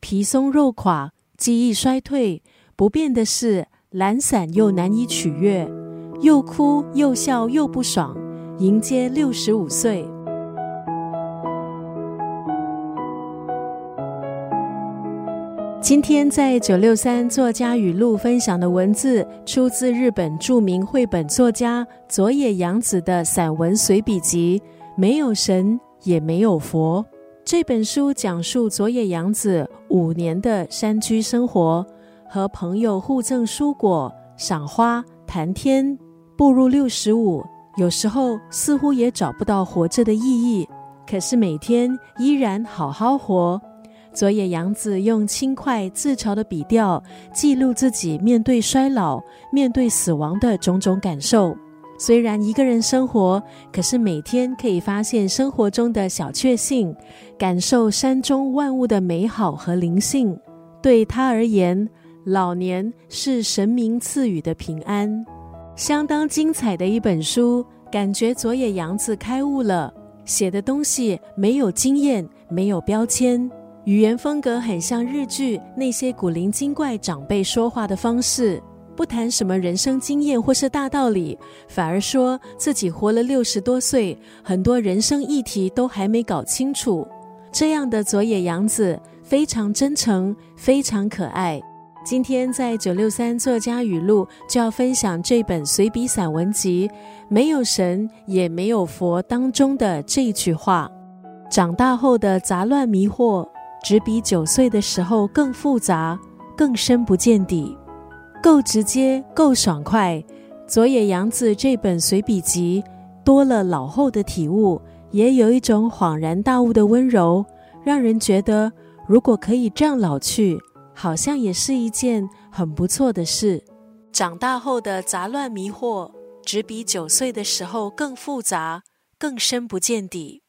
皮松肉垮，记忆衰退，不变的是懒散又难以取悦，又哭又笑又不爽，迎接65岁。今天在963作家语录分享的文字，出自日本著名绘本作家佐野洋子的散文随笔集《没有神也没有佛》。这本书讲述佐野洋子5年的山居生活，和朋友互赠蔬果、赏花、谈天。步入65，有时候似乎也找不到活着的意义，可是每天依然好好活。佐野洋子用轻快自嘲的笔调记录自己面对衰老、面对死亡的种种感受。虽然一个人生活，可是每天可以发现生活中的小确幸，感受山中万物的美好和灵性。对他而言，老年是神明赐予的平安。相当精彩的一本书，感觉佐野洋子开悟了，写的东西没有经验，没有标签，语言风格很像日剧那些古灵精怪长辈说话的方式，不谈什么人生经验或是大道理，反而说自己活了60多岁，很多人生议题都还没搞清楚。这样的佐野洋子非常真诚，非常可爱。今天在963作家语录就要分享这本随笔散文集《没有神也没有佛》当中的这一句话：长大后的杂乱迷惑，只比9岁的时候更复杂，更深不见底。够直接，够爽快。佐野洋子这本随笔集多了老后的体悟，也有一种恍然大悟的温柔，让人觉得如果可以这样老去，好像也是一件很不错的事。长大后的杂乱迷惑，只比9岁的时候更复杂，更深不见底。